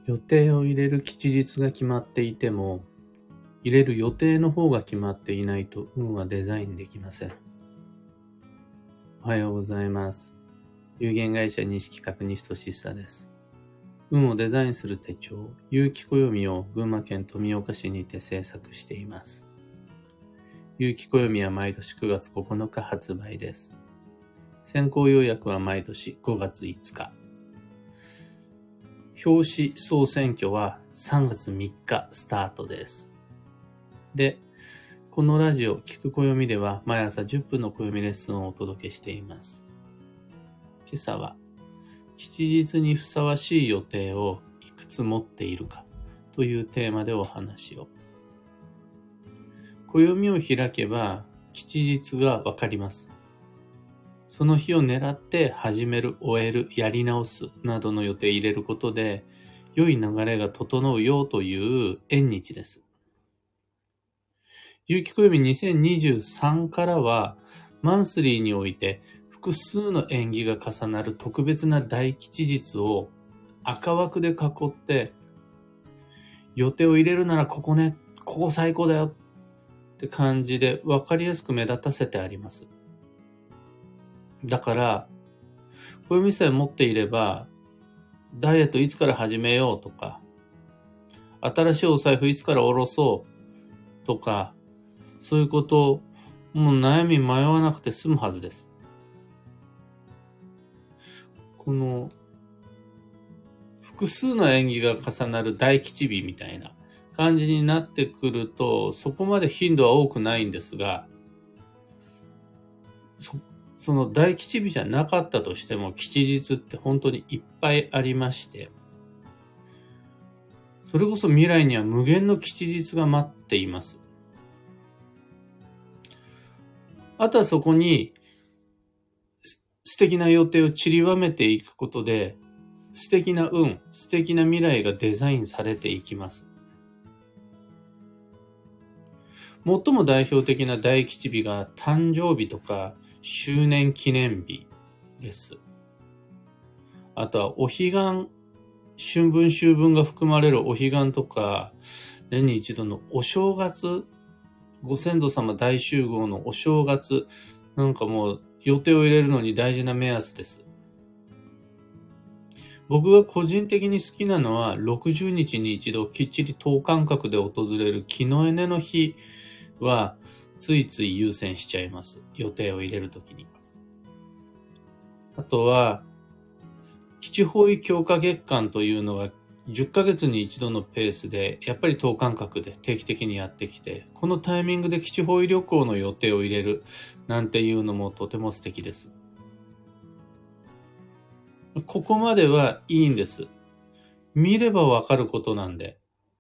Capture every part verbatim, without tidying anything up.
予定を入れる吉日が決まっていても、入れる予定の方が決まっていないと運はデザインできません。おはようございます。有限会社西企画西俊久です。運をデザインする手帳、有機暦を群馬県富岡市にて制作しています。有機暦は毎年くがつここのか発売です。先行予約は毎年ごがついつか。表紙総選挙はさんがつみっかスタートです。で、このラジオ聞く暦では毎朝じゅっぷんの暦レッスンをお届けしています。今朝は吉日にふさわしい予定をいくつ持っているかというテーマでお話を。暦を開けば吉日がわかります。その日を狙って始める、終える、やり直すなどの予定を入れることで良い流れが整うよという縁日です。有機暦にせんにじゅうさんからはマンスリーにおいて複数の縁起が重なる特別な大吉日を赤枠で囲って予定を入れるならここね、ここ最高だよって感じで分かりやすく目立たせてあります。だから、暦さえ持っていれば、ダイエットいつから始めようとか、新しいお財布いつから下ろそうとか、そういうことをもう悩み迷わなくて済むはずです。この、複数の縁起が重なる大吉日みたいな感じになってくると、そこまで頻度は多くないんですが、そその大吉日じゃなかったとしても吉日って本当にいっぱいありまして、それこそ未来には無限の吉日が待っています。あとはそこに素敵な予定を散りばめていくことで、素敵な運、素敵な未来がデザインされていきます。最も代表的な大吉日が誕生日とか周年記念日です。あとはお彼岸、春分秋分が含まれるお彼岸とか、年に一度のお正月、ご先祖様大集合のお正月、なんかもう予定を入れるのに大事な目安です。僕が個人的に好きなのはろくじゅうにちに一度きっちり等間隔で訪れる木のエネの日はついつい優先しちゃいます。予定を入れるときに。あとは、基地方位強化月間というのがじゅっかげつに一度のペースで、やっぱり等間隔で定期的にやってきて、このタイミングで基地方位旅行の予定を入れるなんていうのもとても素敵です。ここまではいいんです。見ればわかることなんで。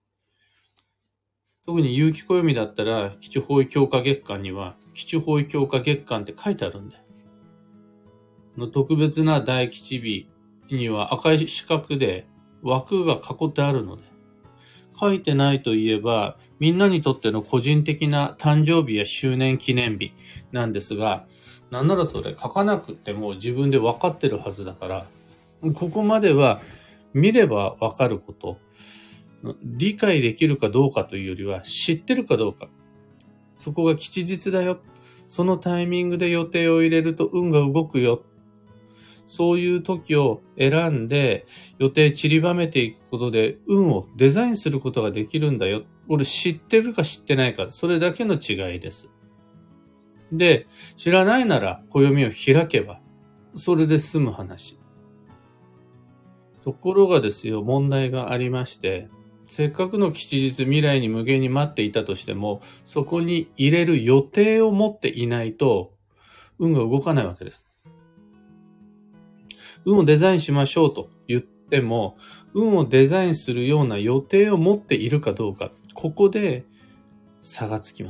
特に有機暦だったら、基地方位強化月間には、基地方位強化月間って書いてあるんで。の特別な大吉日には赤い四角で枠が囲ってあるので、書いてないといえば、みんなにとっての個人的な誕生日や周年記念日なんですが、なんならそれ書かなくても自分で分かってるはずだから、ここまでは見れば分かること、理解できるかどうかというよりは知ってるかどうか。そこが吉日だよ。そのタイミングで予定を入れると運が動くよ。そういう時を選んで予定散りばめていくことで運をデザインすることができるんだよ。これ知ってるか知ってないか、それだけの違いです。で、知らないなら暦を開けば、それで済む話。ところがですよ、問題がありまして、せっかくの吉日未来に無限に待っていたとしても、そこに入れる予定を持っていないと、運が動かないわけです。運をデザインしましょうと言っても、運をデザインするような予定を持っているかどうか、ここで差がつきます。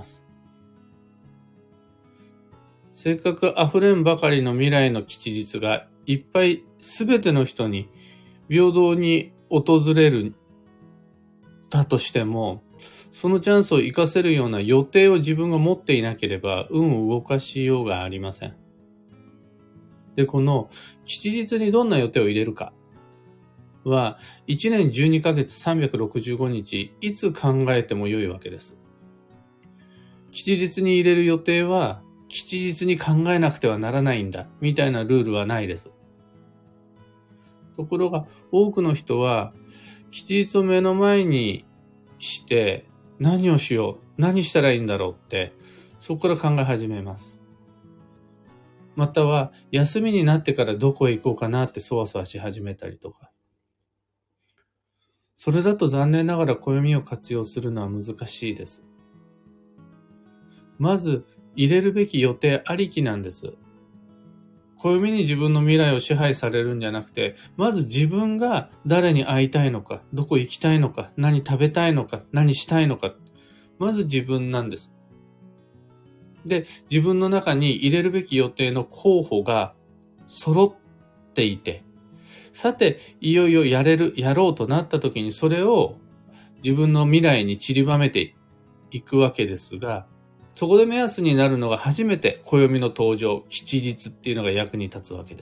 せっかく溢れんばかりの未来の吉日がいっぱい全ての人に平等に訪れるだとしても、そのチャンスを活かせるような予定を自分が持っていなければ運を動かしようがありません。で、この吉日にどんな予定を入れるか。 はいちねんじゅうにかげつさんびゃくろくじゅうごにちいつ考えても良いわけです。吉日に入れる予定は吉日に考えなくてはならないんだみたいなルールはないです。ところが多くの人は吉日を目の前にして何をしよう、何したらいいんだろうってそこから考え始めます。または休みになってからどこへ行こうかなってそわそわし始めたりとか。それだと残念ながら暦を活用するのは難しいです。まず入れるべき予定ありきなんです。暦に自分の未来を支配されるんじゃなくて、まず自分が誰に会いたいのか、どこ行きたいのか、何食べたいのか、何したいのか、まず自分なんです。で、自分の中に入れるべき予定の候補が揃っていて、さて、いよいよやれる、やろうとなった時にそれを自分の未来に散りばめていくわけですが、そこで目安になるのが初めて暦の登場、吉日っていうのが役に立つわけです。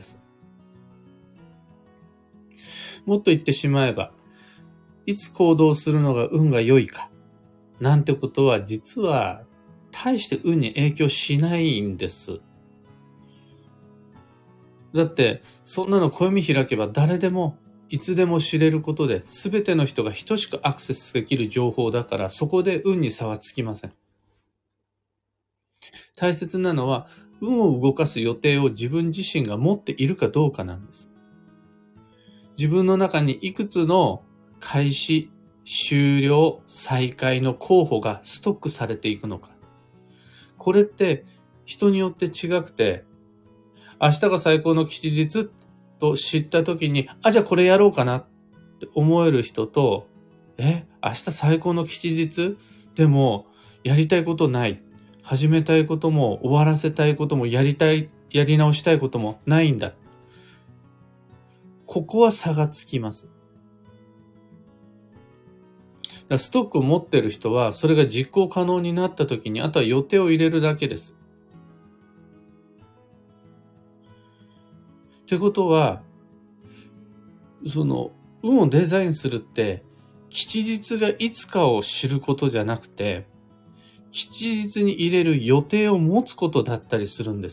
もっと言ってしまえば、いつ行動するのが運が良いか、なんてことは実は大して運に影響しないんです。だって、そんなの暦開けば誰でもいつでも知れることで、すべての人が等しくアクセスできる情報だから、そこで運に差はつきません。大切なのは、運を動かす予定を自分自身が持っているかどうかなんです。自分の中にいくつの開始、終了、再開の候補がストックされていくのか。これって人によって違くて、明日が最高の吉日と知った時に、あ、じゃあこれやろうかなって思える人と、え、明日最高の吉日でもやりたいことない。始めたいことも終わらせたいこともやりたい、やり直したいこともないんだ。ここは差がつきます。だからストックを持っている人はそれが実行可能になった時にあとは予定を入れるだけです。ってことは、その運をデザインするって吉日がいつかを知ることじゃなくて、吉日に入れる予定を持つことだったりするんです。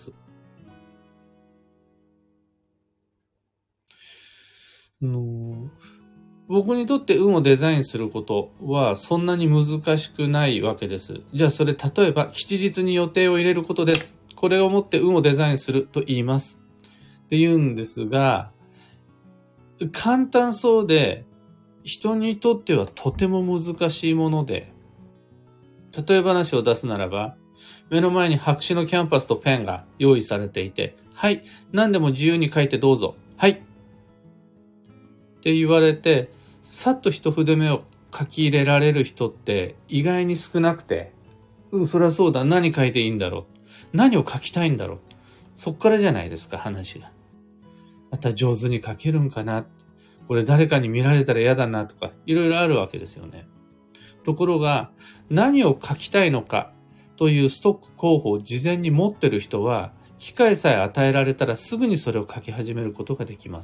の僕にとって運をデザインすることはそんなに難しくないわけです。じゃあそれ例えば吉日に予定を入れることです。これをもって運をデザインすると言います。って言うんですが、簡単そうで人にとってはとても難しいもので、例え話を出すならば、目の前に白紙のキャンパスとペンが用意されていて、はい、何でも自由に書いてどうぞ。はい。って言われて、さっと一筆目を書き入れられる人って意外に少なくて、うん、そりゃそうだ、何書いていいんだろう。何を書きたいんだろう。そっからじゃないですか、話が。また上手に書けるんかな。これ誰かに見られたら嫌だなとか、いろいろあるわけですよね。ところが、何を書きたいのかというストック候補を事前に持っている人は、機会さえ与えられたらすぐにそれを書き始めることができます。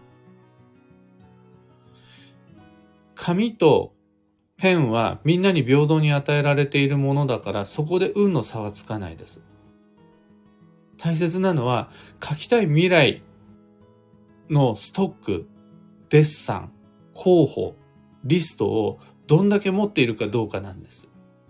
紙とペンはみんなに平等に与えられているものだから、そこで運の差はつかないです。大切なのは、書きたい未来のストック、デッサン、候補、リストをどんだけ持っているかどうかなんです。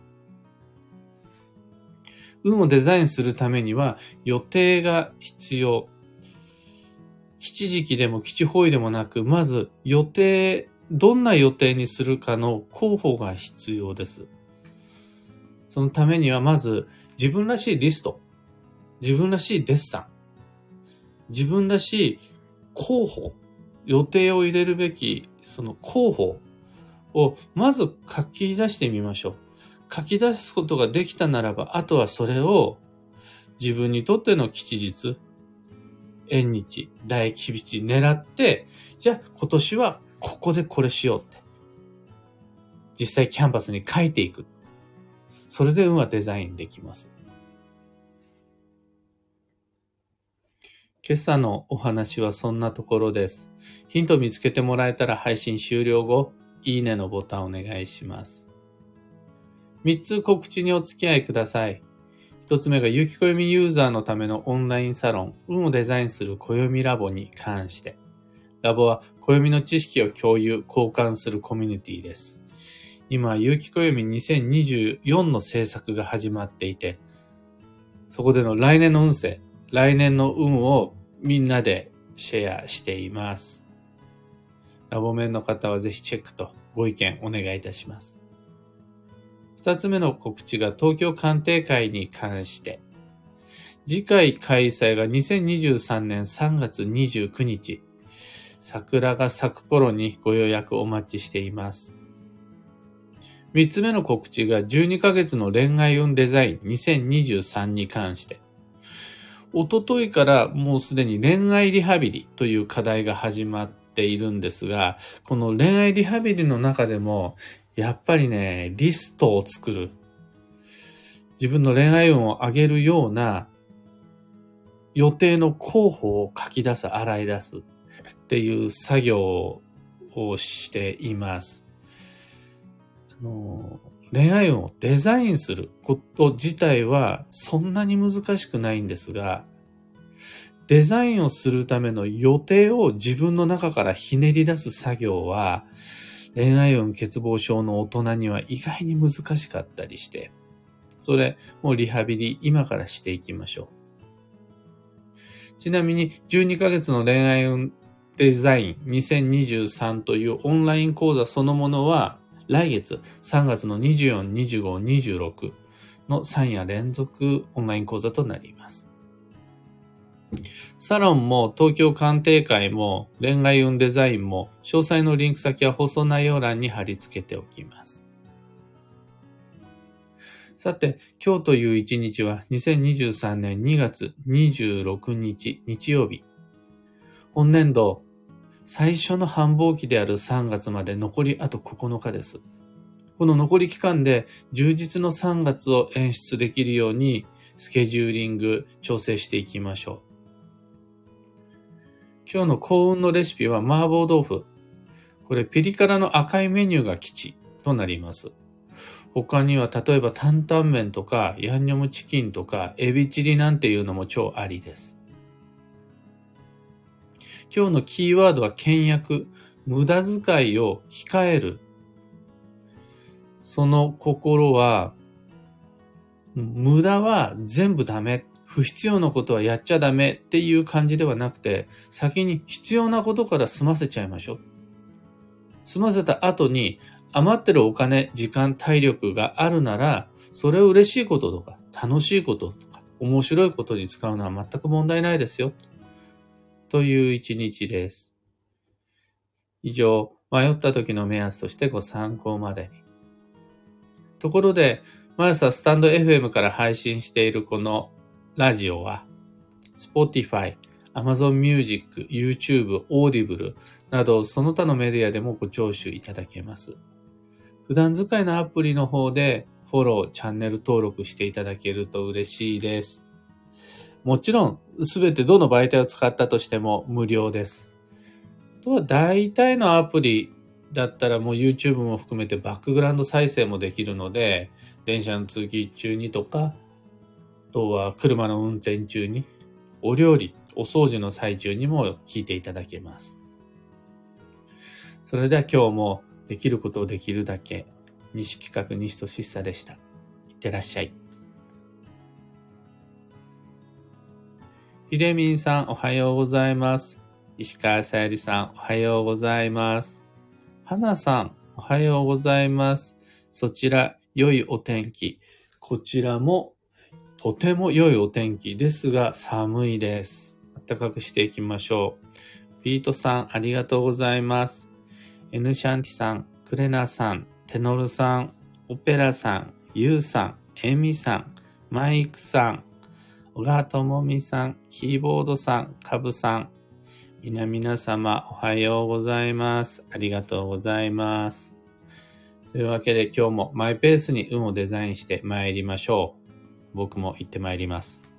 運をデザインするためには予定が必要。吉時期でも吉方位でもなく、まず予定、どんな予定にするかの候補が必要です。そのためにはまず自分らしいリスト、自分らしいデッサン、自分らしい候補、予定を入れるべきその候補をまず書き出してみましょう。書き出すことができたならば、あとはそれを自分にとっての吉日、縁日、大吉日狙って、じゃあ今年はここでこれしようって。実際キャンバスに書いていく。それで運はデザインできます。 今朝のお話はそんなところです。ヒント見つけてもらえたら配信終了後、いいねのボタンお願いします。みっつ告知にお付き合いください。ひとつめが有機暦ユーザーのためのオンラインサロン、運をデザインする暦ラボに関して。ラボは暦の知識を共有、交換するコミュニティです。今、有機暦にせんにじゅうよんの制作が始まっていて、そこでの来年の運勢、来年の運をみんなでシェアしています。ラボ面の方はぜひチェックとご意見お願いいたします。二つ目の告知が東京鑑定会に関して。次回開催がにせんにじゅうさんねんさんがつにじゅうくにち。桜が咲く頃にご予約お待ちしています。三つ目の告知がじゅうにかげつの恋愛運デザインにせんにじゅうさんに関して。おとといからもうすでに恋愛リハビリという課題が始まっているんですが、この恋愛リハビリの中でも、やっぱりね、リストを作る。自分の恋愛運を上げるような予定の候補を書き出す、洗い出すっていう作業をしています。あの恋愛運をデザインすること自体はそんなに難しくないんですが、デザインをするための予定を自分の中からひねり出す作業は、恋愛運欠乏症の大人には意外に難しかったりして、それ、もうリハビリ今からしていきましょう。ちなみにじゅうにかげつの恋愛運デザインにせんにじゅうさんというオンライン講座そのものは、来月さんがつのにじゅうよん、にじゅうご、にじゅうろくのさん夜連続オンライン講座となります。サロンも東京鑑定会も恋愛運デザインも詳細のリンク先は放送内容欄に貼り付けておきます。さて、今日という一日はにせんにじゅうさんねんにがつにじゅうろくにち日曜日。本年度最初の繁忙期であるさんがつまで残りあとここのかです。この残り期間で充実のさんがつを演出できるようにスケジューリング調整していきましょう。今日の幸運のレシピは麻婆豆腐。これピリ辛の赤いメニューが吉となります。他には例えば担々麺とかヤンニョムチキンとかエビチリなんていうのも超ありです。今日のキーワードは倹約。無駄遣いを控える。その心は、無駄は全部ダメ。不必要なことはやっちゃダメっていう感じではなくて、先に必要なことから済ませちゃいましょう。済ませた後に余ってるお金、時間、体力があるなら、それを嬉しいこととか、楽しいこととか、面白いことに使うのは全く問題ないですよ。という一日です。以上、迷った時の目安としてご参考までに。ところで、毎朝スタンド エフエム から配信しているこのラジオは、Spotify、Amazon Music、YouTube、Audible などその他のメディアでもご聴取いただけます。普段使いのアプリの方でフォロー、チャンネル登録していただけると嬉しいです。もちろん、すべてどの媒体を使ったとしても無料です。あとは大体のアプリだったらもう YouTube も含めてバックグラウンド再生もできるので、電車の通勤中にとか、あとは車の運転中に、お料理、お掃除の最中にも聞いていただけます。それでは今日もできることをできるだけ、西企画西俊久でした。いってらっしゃい。ひでみんさんおはようございます。石川さゆりさんおはようございます。はなさんおはようございます。そちら良いお天気。こちらもとても良いお天気ですが寒いです。暖かくしていきましょう。ピートさんありがとうございます。エヌシャンティさん、クレナさん、テノルさん、オペラさん、ユウさん、エミさん、マイクさん、小川智美さん、キーボードさん、カブさん、皆々様おはようございます。ありがとうございます。というわけで今日もマイペースに運をデザインして参りましょう。僕も行って参ります。